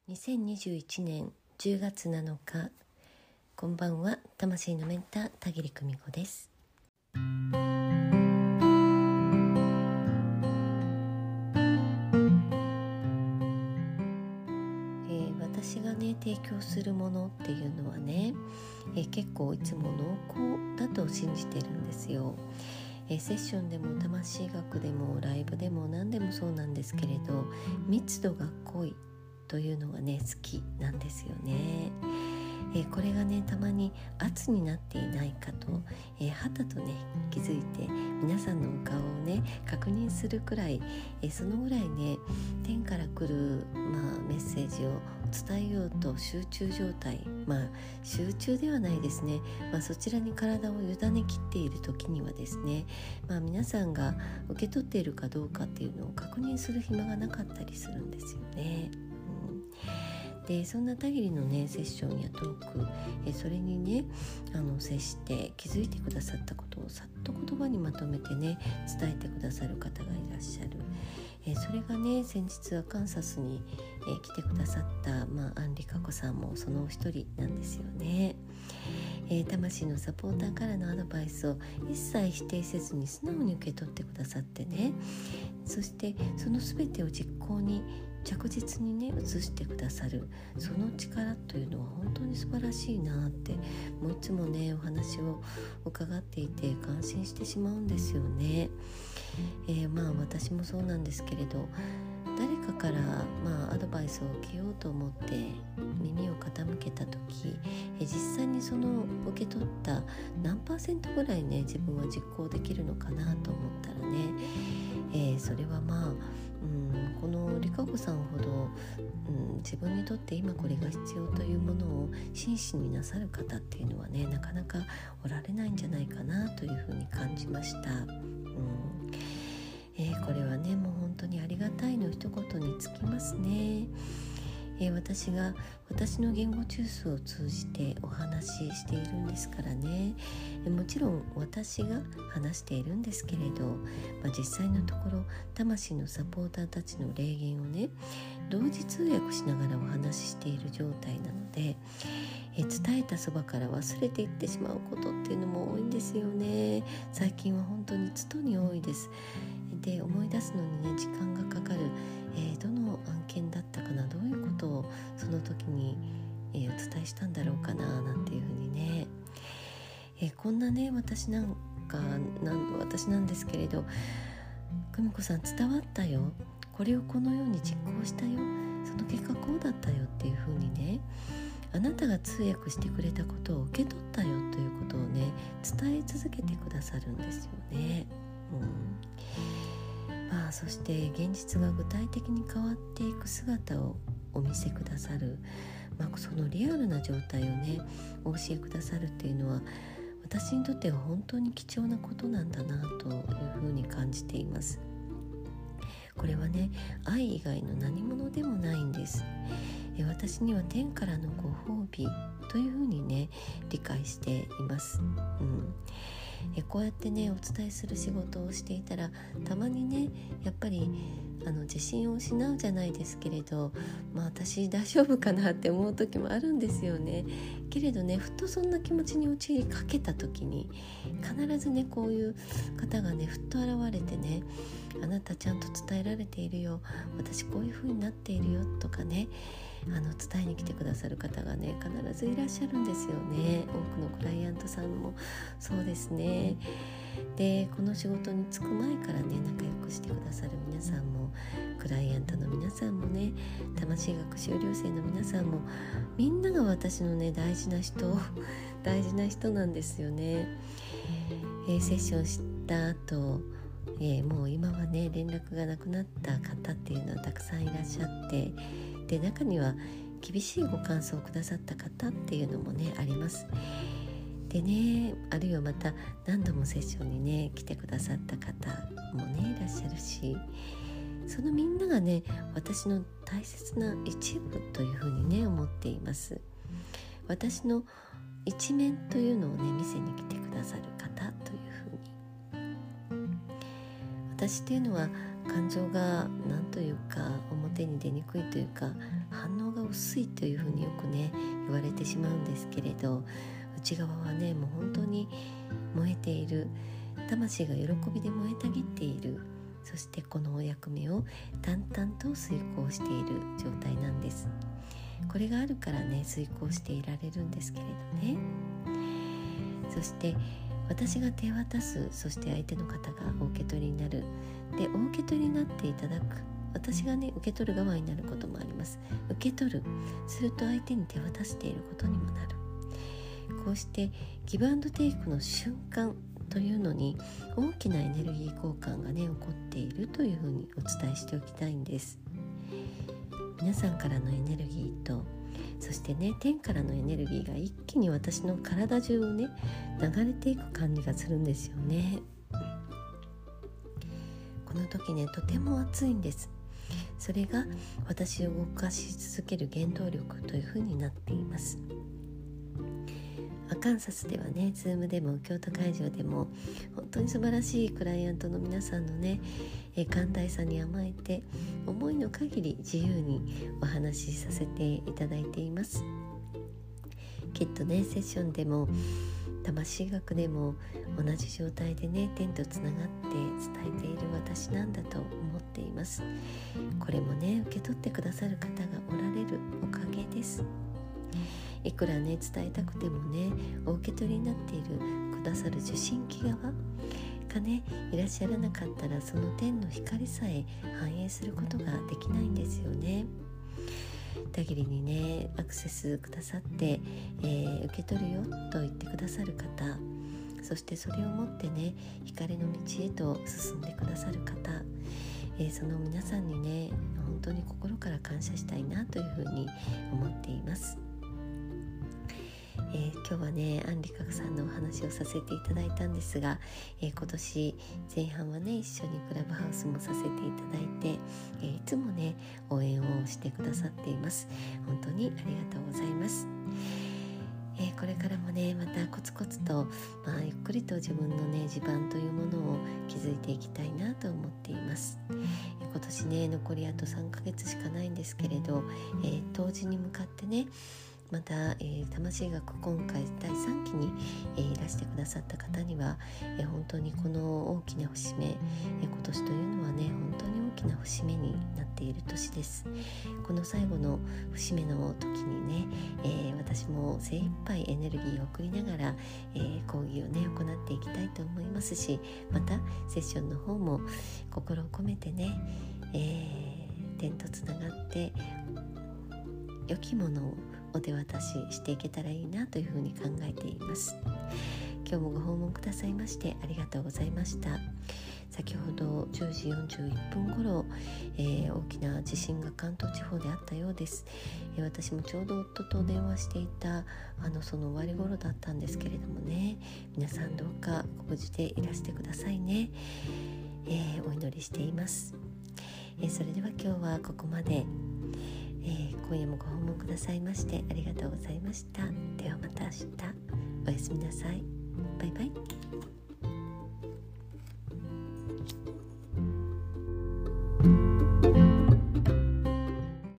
2021年10月7日、こんばんは。魂のメンター田切久美子です。私がね提供するものっていうのはね、結構いつも濃厚だと信じてるんですよ。セッションでも魂学でもライブでも何でもそうなんですけれど、密度が濃いというのがね好きなんですよね。これがねたまに圧になっていないかと、はたとね気づいて皆さんのお顔をね確認するくらい、そのぐらいね天から来る、メッセージを伝えようと集中状態、集中ではないですね、そちらに体を委ねきっている時にはですね、皆さんが受け取っているかどうかっていうのを確認する暇がなかったりするんですよね。でそんな田切のねセッションやトーク、それにね接して気づいてくださったことをさっと言葉にまとめてね伝えてくださる方がいらっしゃる。それがね先日アカンサスに、来てくださった、アンリカ子さんもその一人なんですよね。魂のサポーターからのアドバイスを一切否定せずに素直に受け取ってくださってね、そしてその全てを実行に着実にね移してくださる、その力というのは本当に素晴らしいなって、もういつもねお話を伺っていて感心してしまうんですよね。私もそうなんですけれど、誰かから、アドバイスを受けようと思って耳を傾けた時、実際にその受け取った何%ぐらいね自分は実行できるのかなと思ったらね、それはこのリカ子さんほど、自分にとって今これが必要というものを真摯になさる方っていうのはねなかなかおられないんじゃないかなというふうに感じました。これはねもう本当にありがたいの一言につきますね。私が私の言語中枢を通じてお話ししているんですからね、もちろん私が話しているんですけれど、実際のところ魂のサポーターたちの霊言をね同時通訳しながらお話ししている状態なので、伝えたそばから忘れていってしまうことっていうのも多いんですよね。最近は本当につとに多いです。で思い出すのにね時間がかかる、どの案件だったかな、どういうことをその時に、お伝えしたんだろうかななんていうふうにね、こんなね私なんですけれど、久美子さん伝わったよ、これをこのように実行したよ、その結果こうだったよっていうふうにね、あなたが通訳してくれたことを受け取ったよということをね伝え続けてくださるんですよね。そして現実が具体的に変わっていく姿をお見せくださる、そのリアルな状態をねお教えくださるっていうのは私にとっては本当に貴重なことなんだなというふうに感じています。これはね愛以外の何者でもないんです。私には天からのご褒美というふうにね理解しています。こうやってねお伝えする仕事をしていたらたまにねやっぱり自信を失うじゃないですけれど、私大丈夫かなって思う時もあるんですよね。けれどねふとそんな気持ちに陥りかけた時に必ずねこういう方がねふっと現れてね、あなたちゃんと伝えられているよ、私こういう風になっているよとかね伝えに来てくださる方がね必ずいらっしゃるんですよね。多くのクライアントさんもそうですね。でこの仕事に就く前からね仲良くしてくださる皆さんも、クライアントの皆さんもね、魂学修了生の皆さんも、みんなが私のね大事な人なんですよね。セッションした後、もう今はね連絡がなくなった方っていうのはたくさんいらっしゃって、で中には厳しいご感想をくださった方っていうのもねあります。でね、あるいはまた何度もセッションにね来てくださった方もねいらっしゃるし、そのみんながね私の大切な一部というふうにね思っています。私の一面というのをね見せに来てくださる方というふうに、私っていうのは感情が何というか表に出にくいというか反応が薄いというふうによくね言われてしまうんですけれど、内側はねもう本当に燃えている、魂が喜びで燃えたぎっている、そしてこのお役目を淡々と遂行している状態なんです。これがあるからね遂行していられるんですけれどね。そして私が手渡す、そして相手の方がお受け取りになる。で、お受け取りになっていただく、私がね受け取る側になることもあります。受け取る、すると相手に手渡していることにもなる。こうしてギブアンドテイクの瞬間というのに大きなエネルギー交換がね起こっているというふうにお伝えしておきたいんです。皆さんからのエネルギーと、そしてね天からのエネルギーが一気に私の体中をね流れていく感じがするんですよね。この時ねとても熱いんです。それが私を動かし続ける原動力というふうになっています。アカンサスではね、ズームでも京都会場でも本当に素晴らしいクライアントの皆さんのね寛大さに甘えて、思いの限り自由にお話しさせていただいています。きっとねセッションでも魂学でも同じ状態でね天とつながって伝えている私なんだと思っています。これもね受け取ってくださる方がおられるおかげです。いくらね伝えたくてもねお受け取りになっているくださる受信機側がねいらっしゃらなかったら、その天の光さえ反映することができないんですよね。たぎりにねアクセスくださって、受け取るよと言ってくださる方、そしてそれを持ってね光の道へと進んでくださる方、その皆さんにね本当に心から感謝したいなというふうに思っています。今日はねアンリカさんのお話をさせていただいたんですが、今年前半はね一緒にクラブハウスもさせていただいて、いつもね応援をしてくださっています。本当にありがとうございます。これからもねまたコツコツと、ゆっくりと自分のね地盤というものを築いていきたいなと思っています。今年ね残りあと3ヶ月しかないんですけれど、冬至に向かってねまた、魂学今回第3期に、いらしてくださった方には、本当にこの大きな節目、今年というのはね本当に大きな節目になっている年です。この最後の節目の時にね、私も精一杯エネルギーを送りながら、講義をね行っていきたいと思いますし、またセッションの方も心を込めてね、天とつながって良きものをお手渡ししていけたらいいなというふうに考えています。今日もご訪問くださいましてありがとうございました。先ほど10時41分頃、大きな地震が関東地方であったようです。私もちょうど夫と電話していたその終わり頃だったんですけれどもね、皆さんどうかご無事でいらしてくださいね。お祈りしています。それでは今日はここまで。今夜もご訪問くださいましてありがとうございました。ではまた明日、おやすみなさい。バイバイ。